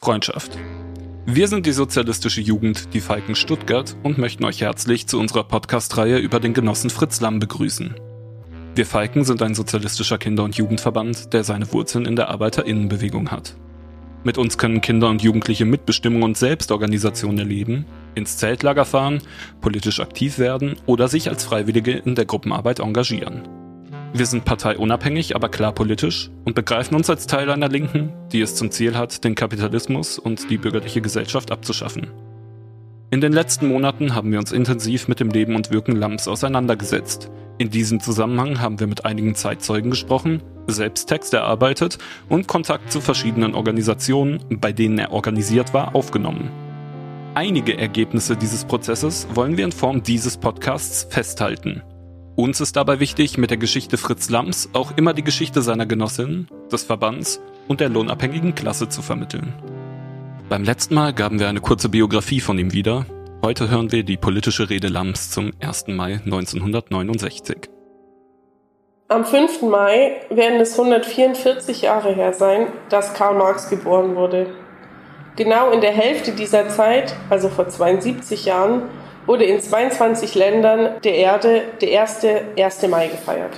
Freundschaft. Wir sind die sozialistische Jugend, die Falken Stuttgart, und möchten euch herzlich zu unserer Podcast-Reihe über den Genossen Fritz Lamm begrüßen. Wir Falken sind ein sozialistischer Kinder- und Jugendverband, der seine Wurzeln in der Arbeiterinnenbewegung hat. Mit uns können Kinder und Jugendliche Mitbestimmung und Selbstorganisation erleben, ins Zeltlager fahren, politisch aktiv werden oder sich als Freiwillige in der Gruppenarbeit engagieren. Wir sind parteiunabhängig, aber klar politisch und begreifen uns als Teil einer Linken, die es zum Ziel hat, den Kapitalismus und die bürgerliche Gesellschaft abzuschaffen. In den letzten Monaten haben wir uns intensiv mit dem Leben und Wirken Lamms auseinandergesetzt. In diesem Zusammenhang haben wir mit einigen Zeitzeugen gesprochen, selbst Texte erarbeitet und Kontakt zu verschiedenen Organisationen, bei denen er organisiert war, aufgenommen. Einige Ergebnisse dieses Prozesses wollen wir in Form dieses Podcasts festhalten. Uns ist dabei wichtig, mit der Geschichte Fritz Lamms auch immer die Geschichte seiner Genossin, des Verbands und der lohnabhängigen Klasse zu vermitteln. Beim letzten Mal gaben wir eine kurze Biografie von ihm wieder. Heute hören wir die politische Rede Lamms zum 1. Mai 1969. Am 5. Mai werden es 144 Jahre her sein, dass Karl Marx geboren wurde. Genau in der Hälfte dieser Zeit, also vor 72 Jahren, wurde in 22 Ländern der Erde der erste 1. Mai gefeiert.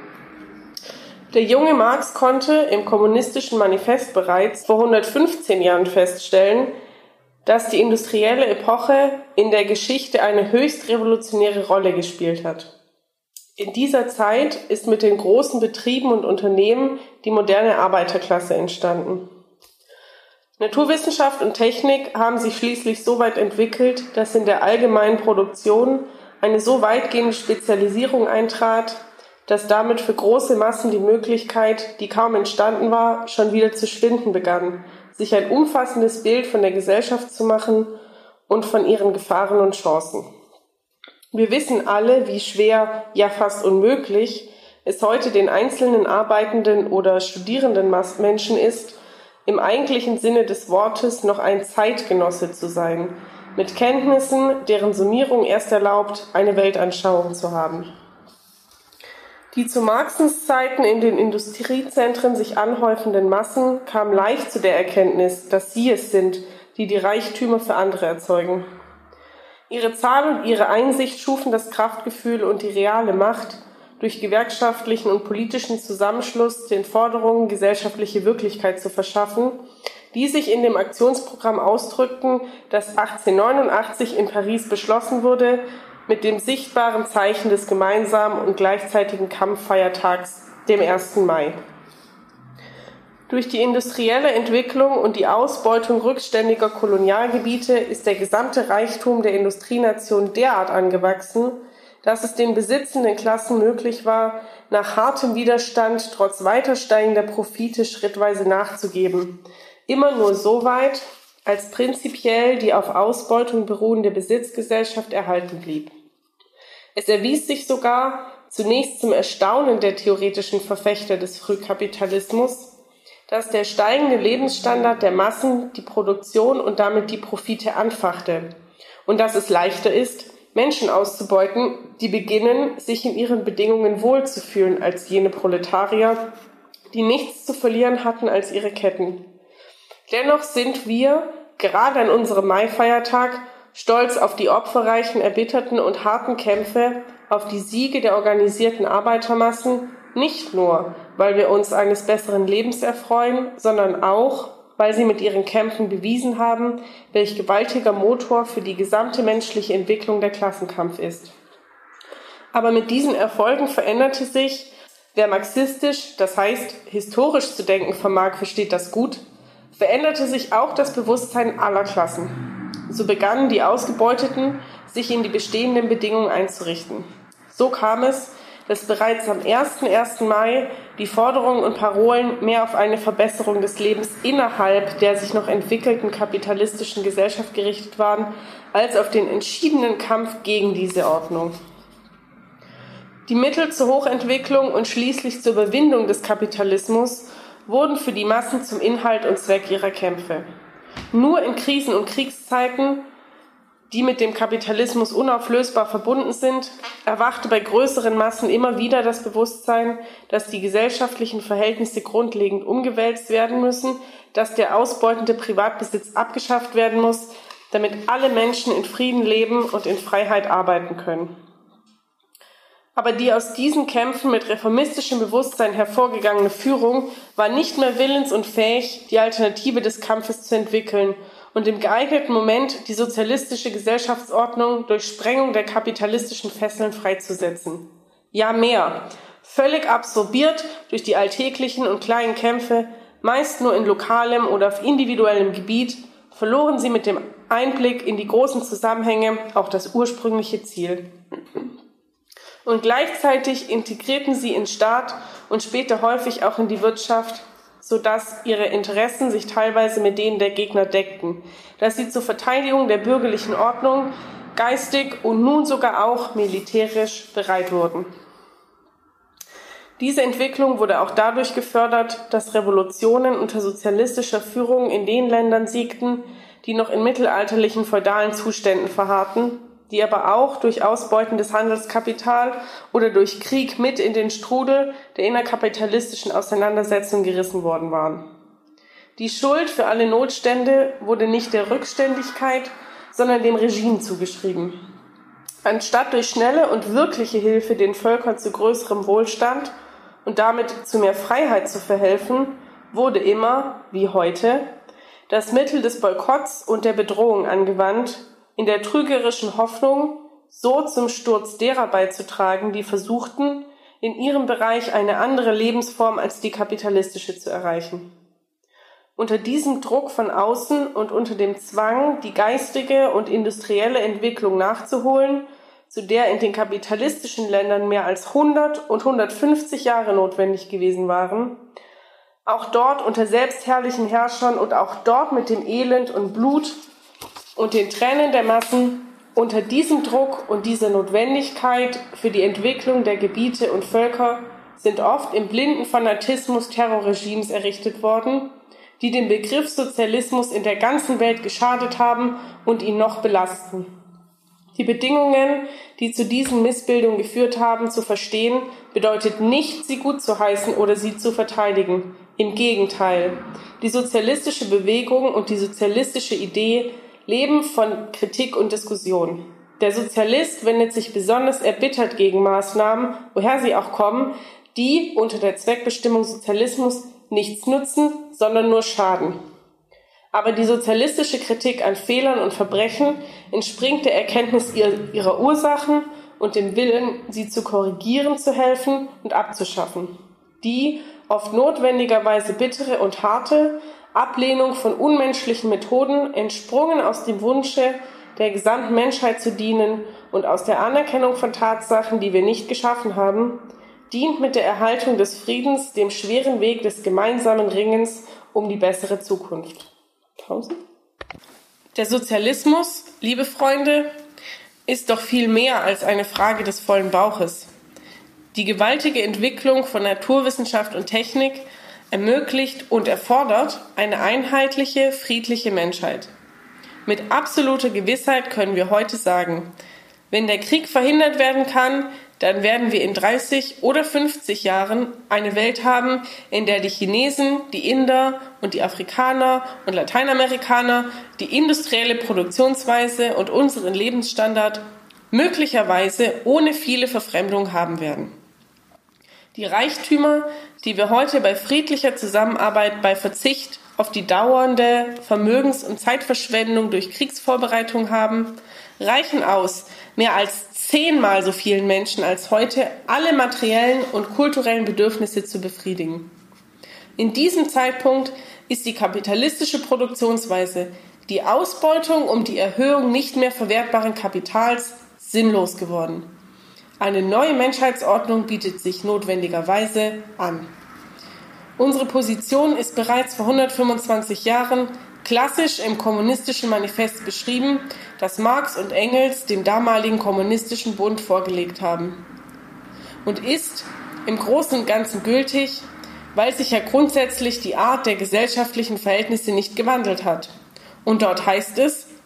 Der junge Marx konnte im Kommunistischen Manifest bereits vor 115 Jahren feststellen, dass die industrielle Epoche in der Geschichte eine höchst revolutionäre Rolle gespielt hat. In dieser Zeit ist mit den großen Betrieben und Unternehmen die moderne Arbeiterklasse entstanden. Naturwissenschaft und Technik haben sich schließlich so weit entwickelt, dass in der allgemeinen Produktion eine so weitgehende Spezialisierung eintrat, dass damit für große Massen die Möglichkeit, die kaum entstanden war, schon wieder zu schwinden begann, sich ein umfassendes Bild von der Gesellschaft zu machen und von ihren Gefahren und Chancen. Wir wissen alle, wie schwer, ja fast unmöglich, es heute den einzelnen arbeitenden oder studierenden Menschen ist, im eigentlichen Sinne des Wortes noch ein Zeitgenosse zu sein, mit Kenntnissen, deren Summierung erst erlaubt, eine Weltanschauung zu haben. Die zu Marxens Zeiten in den Industriezentren sich anhäufenden Massen kamen leicht zu der Erkenntnis, dass sie es sind, die die Reichtümer für andere erzeugen. Ihre Zahl und ihre Einsicht schufen das Kraftgefühl und die reale Macht, durch gewerkschaftlichen und politischen Zusammenschluss den Forderungen gesellschaftliche Wirklichkeit zu verschaffen, die sich in dem Aktionsprogramm ausdrückten, das 1889 in Paris beschlossen wurde, mit dem sichtbaren Zeichen des gemeinsamen und gleichzeitigen Kampffeiertags, dem 1. Mai. Durch die industrielle Entwicklung und die Ausbeutung rückständiger Kolonialgebiete ist der gesamte Reichtum der Industrienation derart angewachsen, dass es den besitzenden Klassen möglich war, nach hartem Widerstand trotz weiter steigender Profite schrittweise nachzugeben. Immer nur so weit, als prinzipiell die auf Ausbeutung beruhende Besitzgesellschaft erhalten blieb. Es erwies sich sogar, zunächst zum Erstaunen der theoretischen Verfechter des Frühkapitalismus, dass der steigende Lebensstandard der Massen die Produktion und damit die Profite anfachte und dass es leichter ist, Menschen auszubeuten, die beginnen, sich in ihren Bedingungen wohlzufühlen als jene Proletarier, die nichts zu verlieren hatten als ihre Ketten. Dennoch sind wir, gerade an unserem Maifeiertag, stolz auf die opferreichen, erbitterten und harten Kämpfe, auf die Siege der organisierten Arbeitermassen, nicht nur, weil wir uns eines besseren Lebens erfreuen, sondern auch, weil sie mit ihren Kämpfen bewiesen haben, welch gewaltiger Motor für die gesamte menschliche Entwicklung der Klassenkampf ist. Aber mit diesen Erfolgen veränderte sich, wer marxistisch, das heißt historisch zu denken vermag, versteht das gut, veränderte sich auch das Bewusstsein aller Klassen. So begannen die Ausgebeuteten, sich in die bestehenden Bedingungen einzurichten. So kam es, dass bereits am 1. Mai die Forderungen und Parolen mehr auf eine Verbesserung des Lebens innerhalb der sich noch entwickelten kapitalistischen Gesellschaft gerichtet waren, als auf den entschiedenen Kampf gegen diese Ordnung. Die Mittel zur Hochentwicklung und schließlich zur Überwindung des Kapitalismus wurden für die Massen zum Inhalt und Zweck ihrer Kämpfe. Nur in Krisen- und Kriegszeiten die mit dem Kapitalismus unauflösbar verbunden sind, erwachte bei größeren Massen immer wieder das Bewusstsein, dass die gesellschaftlichen Verhältnisse grundlegend umgewälzt werden müssen, dass der ausbeutende Privatbesitz abgeschafft werden muss, damit alle Menschen in Frieden leben und in Freiheit arbeiten können. Aber die aus diesen Kämpfen mit reformistischem Bewusstsein hervorgegangene Führung war nicht mehr willens und fähig, die Alternative des Kampfes zu entwickeln und im geeigneten Moment die sozialistische Gesellschaftsordnung durch Sprengung der kapitalistischen Fesseln freizusetzen. Ja, mehr. Völlig absorbiert durch die alltäglichen und kleinen Kämpfe, meist nur in lokalem oder auf individuellem Gebiet, verloren sie mit dem Einblick in die großen Zusammenhänge auch das ursprüngliche Ziel. Und gleichzeitig integrierten sie in Staat und später häufig auch in die Wirtschaft, sodass ihre Interessen sich teilweise mit denen der Gegner deckten, dass sie zur Verteidigung der bürgerlichen Ordnung geistig und nun sogar auch militärisch bereit wurden. Diese Entwicklung wurde auch dadurch gefördert, dass Revolutionen unter sozialistischer Führung in den Ländern siegten, die noch in mittelalterlichen feudalen Zuständen verharrten, die aber auch durch ausbeutendes Handelskapital oder durch Krieg mit in den Strudel der innerkapitalistischen Auseinandersetzung gerissen worden waren. Die Schuld für alle Notstände wurde nicht der Rückständigkeit, sondern dem Regime zugeschrieben. Anstatt durch schnelle und wirkliche Hilfe den Völkern zu größerem Wohlstand und damit zu mehr Freiheit zu verhelfen, wurde immer, wie heute, das Mittel des Boykotts und der Bedrohung angewandt, in der trügerischen Hoffnung, so zum Sturz derer beizutragen, die versuchten, in ihrem Bereich eine andere Lebensform als die kapitalistische zu erreichen. Unter diesem Druck von außen und unter dem Zwang, die geistige und industrielle Entwicklung nachzuholen, zu der in den kapitalistischen Ländern mehr als 100 und 150 Jahre notwendig gewesen waren, auch dort unter selbstherrlichen Herrschern und auch dort mit dem Elend und Blut und den Tränen der Massen, unter diesem Druck und dieser Notwendigkeit für die Entwicklung der Gebiete und Völker sind oft im blinden Fanatismus Terrorregimes errichtet worden, die dem Begriff Sozialismus in der ganzen Welt geschadet haben und ihn noch belasten. Die Bedingungen, die zu diesen Missbildungen geführt haben, zu verstehen, bedeutet nicht, sie gut zu heißen oder sie zu verteidigen. Im Gegenteil, die sozialistische Bewegung und die sozialistische Idee leben von Kritik und Diskussion. Der Sozialist wendet sich besonders erbittert gegen Maßnahmen, woher sie auch kommen, die unter der Zweckbestimmung Sozialismus nichts nutzen, sondern nur schaden. Aber die sozialistische Kritik an Fehlern und Verbrechen entspringt der Erkenntnis ihrer Ursachen und dem Willen, sie zu korrigieren, zu helfen und abzuschaffen. Die oft notwendigerweise bittere und harte Ablehnung von unmenschlichen Methoden, entsprungen aus dem Wunsche, der gesamten Menschheit zu dienen und aus der Anerkennung von Tatsachen, die wir nicht geschaffen haben, dient mit der Erhaltung des Friedens dem schweren Weg des gemeinsamen Ringens um die bessere Zukunft. Pause. Der Sozialismus, liebe Freunde, ist doch viel mehr als eine Frage des vollen Bauches. Die gewaltige Entwicklung von Naturwissenschaft und Technik ermöglicht und erfordert eine einheitliche, friedliche Menschheit. Mit absoluter Gewissheit können wir heute sagen, wenn der Krieg verhindert werden kann, dann werden wir in 30 oder 50 Jahren eine Welt haben, in der die Chinesen, die Inder und die Afrikaner und Lateinamerikaner die industrielle Produktionsweise und unseren Lebensstandard möglicherweise ohne viele Verfremdung haben werden. Die Reichtümer, die wir heute bei friedlicher Zusammenarbeit, bei Verzicht auf die dauernde Vermögens- und Zeitverschwendung durch Kriegsvorbereitung haben, reichen aus, mehr als 10-mal so vielen Menschen als heute alle materiellen und kulturellen Bedürfnisse zu befriedigen. In diesem Zeitpunkt ist die kapitalistische Produktionsweise, die Ausbeutung um die Erhöhung nicht mehr verwertbaren Kapitals, sinnlos geworden. Eine neue Menschheitsordnung bietet sich notwendigerweise an. Unsere Position ist bereits vor 125 Jahren klassisch im Kommunistischen Manifest beschrieben, das Marx und Engels dem damaligen Kommunistischen Bund vorgelegt haben. Und ist im Großen und Ganzen gültig, weil sich ja grundsätzlich die Art der gesellschaftlichen Verhältnisse nicht gewandelt hat. Und dort heißt es,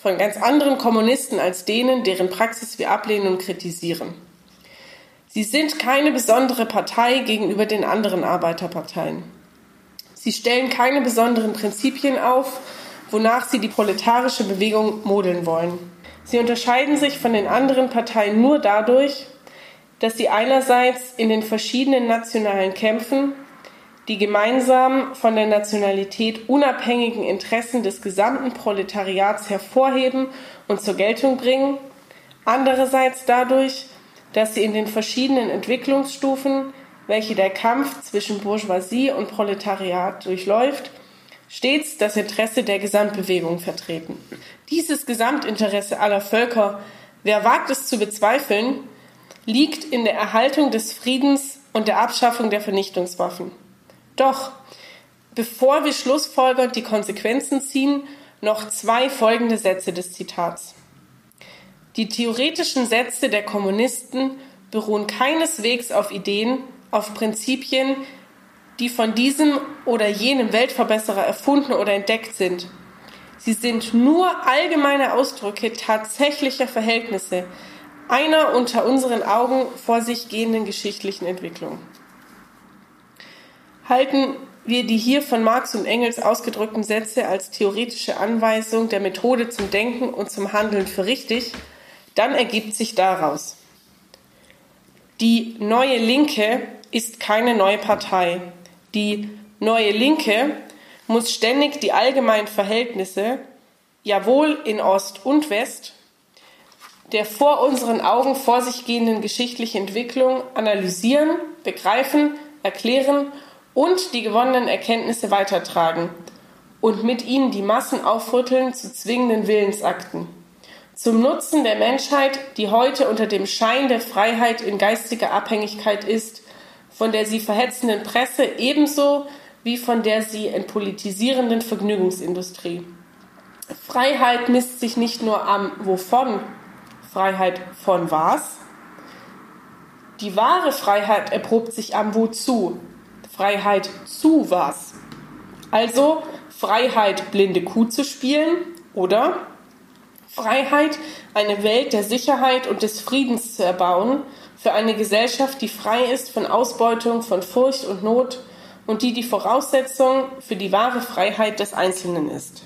von ganz anderen Kommunisten als denen, deren Praxis wir ablehnen und kritisieren. Sie sind keine besondere Partei gegenüber den anderen Arbeiterparteien. Sie stellen keine besonderen Prinzipien auf, wonach sie die proletarische Bewegung modeln wollen. Sie unterscheiden sich von den anderen Parteien nur dadurch, dass sie einerseits in den verschiedenen nationalen Kämpfen die gemeinsam von der Nationalität unabhängigen Interessen des gesamten Proletariats hervorheben und zur Geltung bringen, andererseits dadurch, dass sie in den verschiedenen Entwicklungsstufen, welche der Kampf zwischen Bourgeoisie und Proletariat durchläuft, stets das Interesse der Gesamtbewegung vertreten. Dieses Gesamtinteresse aller Völker, wer wagt es zu bezweifeln, liegt in der Erhaltung des Friedens und der Abschaffung der Vernichtungswaffen. Doch, bevor wir schlussfolgernd die Konsequenzen ziehen, noch 2 folgende Sätze des Zitats. Die theoretischen Sätze der Kommunisten beruhen keineswegs auf Ideen, auf Prinzipien, die von diesem oder jenem Weltverbesserer erfunden oder entdeckt sind. Sie sind nur allgemeine Ausdrücke tatsächlicher Verhältnisse, einer unter unseren Augen vor sich gehenden geschichtlichen Entwicklung. Halten wir die hier von Marx und Engels ausgedrückten Sätze als theoretische Anweisung der Methode zum Denken und zum Handeln für richtig, dann ergibt sich daraus: Die Neue Linke ist keine neue Partei. Die Neue Linke muss ständig die allgemeinen Verhältnisse, jawohl in Ost und West, der vor unseren Augen vor sich gehenden geschichtlichen Entwicklung analysieren, begreifen, erklären und die gewonnenen Erkenntnisse weitertragen und mit ihnen die Massen aufrütteln zu zwingenden Willensakten. Zum Nutzen der Menschheit, die heute unter dem Schein der Freiheit in geistiger Abhängigkeit ist, von der sie verhetzenden Presse ebenso wie von der sie entpolitisierenden Vergnügungsindustrie. Freiheit misst sich nicht nur am Wovon, Freiheit von was. Die wahre Freiheit erprobt sich am Wozu, Freiheit zu was. Also Freiheit, blinde Kuh zu spielen oder Freiheit, eine Welt der Sicherheit und des Friedens zu erbauen, für eine Gesellschaft, die frei ist von Ausbeutung, von Furcht und Not und die Voraussetzung für die wahre Freiheit des Einzelnen ist.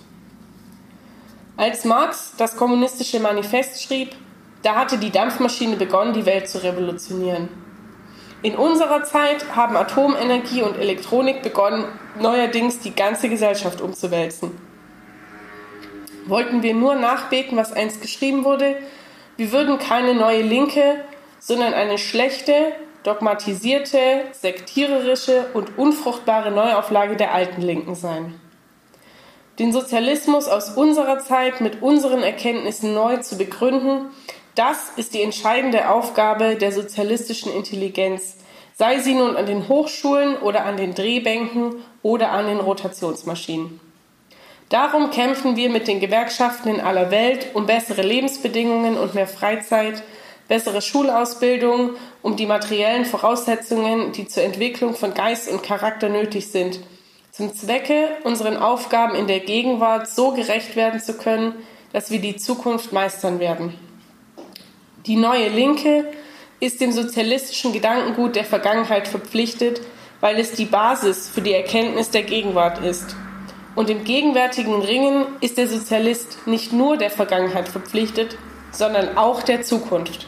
Als Marx das kommunistische Manifest schrieb, da hatte die Dampfmaschine begonnen, die Welt zu revolutionieren. In unserer Zeit haben Atomenergie und Elektronik begonnen, neuerdings die ganze Gesellschaft umzuwälzen. Wollten wir nur nachbeten, was einst geschrieben wurde, wir würden keine neue Linke, sondern eine schlechte, dogmatisierte, sektiererische und unfruchtbare Neuauflage der alten Linken sein. Den Sozialismus aus unserer Zeit mit unseren Erkenntnissen neu zu begründen, das ist die entscheidende Aufgabe der sozialistischen Intelligenz, sei sie nun an den Hochschulen oder an den Drehbänken oder an den Rotationsmaschinen. Darum kämpfen wir mit den Gewerkschaften in aller Welt um bessere Lebensbedingungen und mehr Freizeit, bessere Schulausbildung, um die materiellen Voraussetzungen, die zur Entwicklung von Geist und Charakter nötig sind, zum Zwecke, unseren Aufgaben in der Gegenwart so gerecht werden zu können, dass wir die Zukunft meistern werden. Die Neue Linke ist dem sozialistischen Gedankengut der Vergangenheit verpflichtet, weil es die Basis für die Erkenntnis der Gegenwart ist. Und im gegenwärtigen Ringen ist der Sozialist nicht nur der Vergangenheit verpflichtet, sondern auch der Zukunft.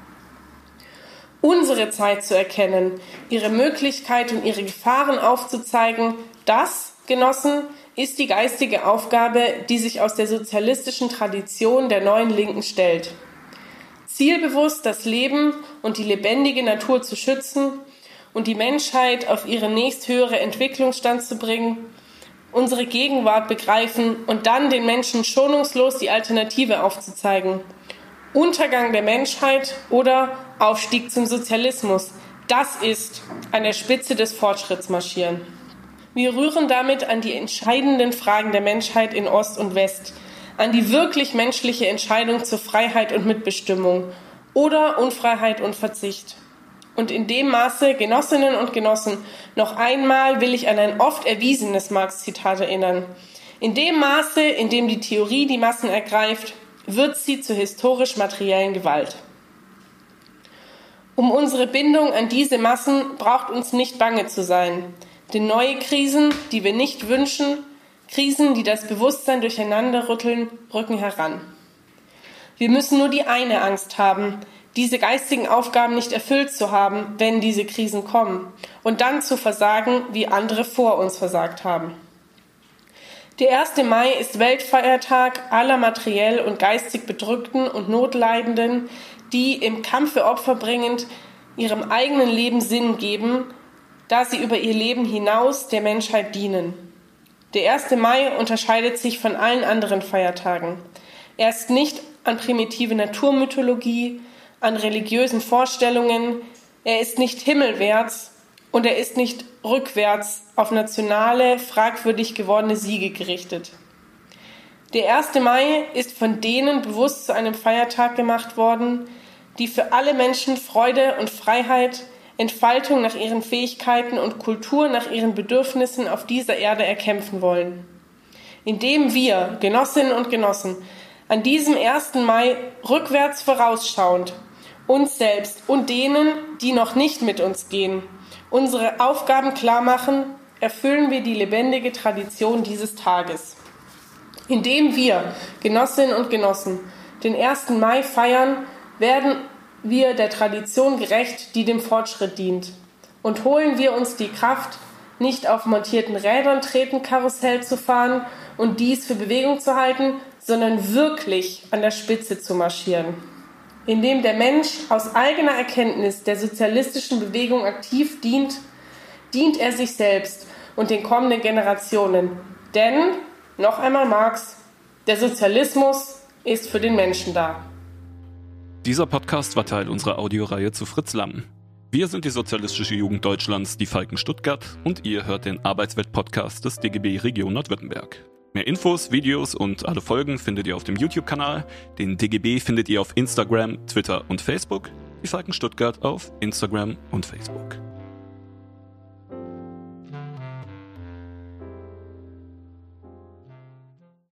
Unsere Zeit zu erkennen, ihre Möglichkeiten und ihre Gefahren aufzuzeigen, das, Genossen, ist die geistige Aufgabe, die sich aus der sozialistischen Tradition der Neuen Linken stellt. Zielbewusst das Leben und die lebendige Natur zu schützen und die Menschheit auf ihre nächsthöhere Entwicklungsstand zu bringen, unsere Gegenwart begreifen und dann den Menschen schonungslos die Alternative aufzuzeigen. Untergang der Menschheit oder Aufstieg zum Sozialismus, das ist an der Spitze des Fortschritts marschieren. Wir rühren damit an die entscheidenden Fragen der Menschheit in Ost und West, an die wirklich menschliche Entscheidung zur Freiheit und Mitbestimmung oder Unfreiheit und Verzicht. Und in dem Maße, Genossinnen und Genossen, noch einmal will ich an ein oft erwiesenes Marx-Zitat erinnern. In dem Maße, in dem die Theorie die Massen ergreift, wird sie zur historisch-materiellen Gewalt. Um unsere Bindung an diese Massen braucht uns nicht bange zu sein, denn neue Krisen, die wir nicht wünschen, Krisen, die das Bewusstsein durcheinanderrütteln, rücken heran. Wir müssen nur die eine Angst haben, diese geistigen Aufgaben nicht erfüllt zu haben, wenn diese Krisen kommen, und dann zu versagen, wie andere vor uns versagt haben. Der 1. Mai ist Weltfeiertag aller materiell und geistig Bedrückten und Notleidenden, die im Kampfe Opfer bringend ihrem eigenen Leben Sinn geben, da sie über ihr Leben hinaus der Menschheit dienen. Der 1. Mai unterscheidet sich von allen anderen Feiertagen. Er ist nicht an primitive Naturmythologie, an religiösen Vorstellungen, er ist nicht himmelwärts und er ist nicht rückwärts auf nationale, fragwürdig gewordene Siege gerichtet. Der 1. Mai ist von denen bewusst zu einem Feiertag gemacht worden, die für alle Menschen Freude und Freiheit, Entfaltung nach ihren Fähigkeiten und Kultur nach ihren Bedürfnissen auf dieser Erde erkämpfen wollen. Indem wir, Genossinnen und Genossen, an diesem 1. Mai rückwärts vorausschauend uns selbst und denen, die noch nicht mit uns gehen, unsere Aufgaben klar machen, erfüllen wir die lebendige Tradition dieses Tages. Indem wir, Genossinnen und Genossen, den 1. Mai feiern, werden wir der Tradition gerecht, die dem Fortschritt dient. Und holen wir uns die Kraft, nicht auf montierten Rädern tretend Karussell zu fahren und dies für Bewegung zu halten, sondern wirklich an der Spitze zu marschieren. Indem der Mensch aus eigener Erkenntnis der sozialistischen Bewegung aktiv dient, dient er sich selbst und den kommenden Generationen. Denn, noch einmal Marx, der Sozialismus ist für den Menschen da. Dieser Podcast war Teil unserer Audioreihe zu Fritz Lam. Wir sind die Sozialistische Jugend Deutschlands, die Falken Stuttgart, und ihr hört den Arbeitswelt-Podcast des DGB Region Nordwürttemberg. Mehr Infos, Videos und alle Folgen findet ihr auf dem YouTube-Kanal. Den DGB findet ihr auf Instagram, Twitter und Facebook. Die Falken Stuttgart auf Instagram und Facebook.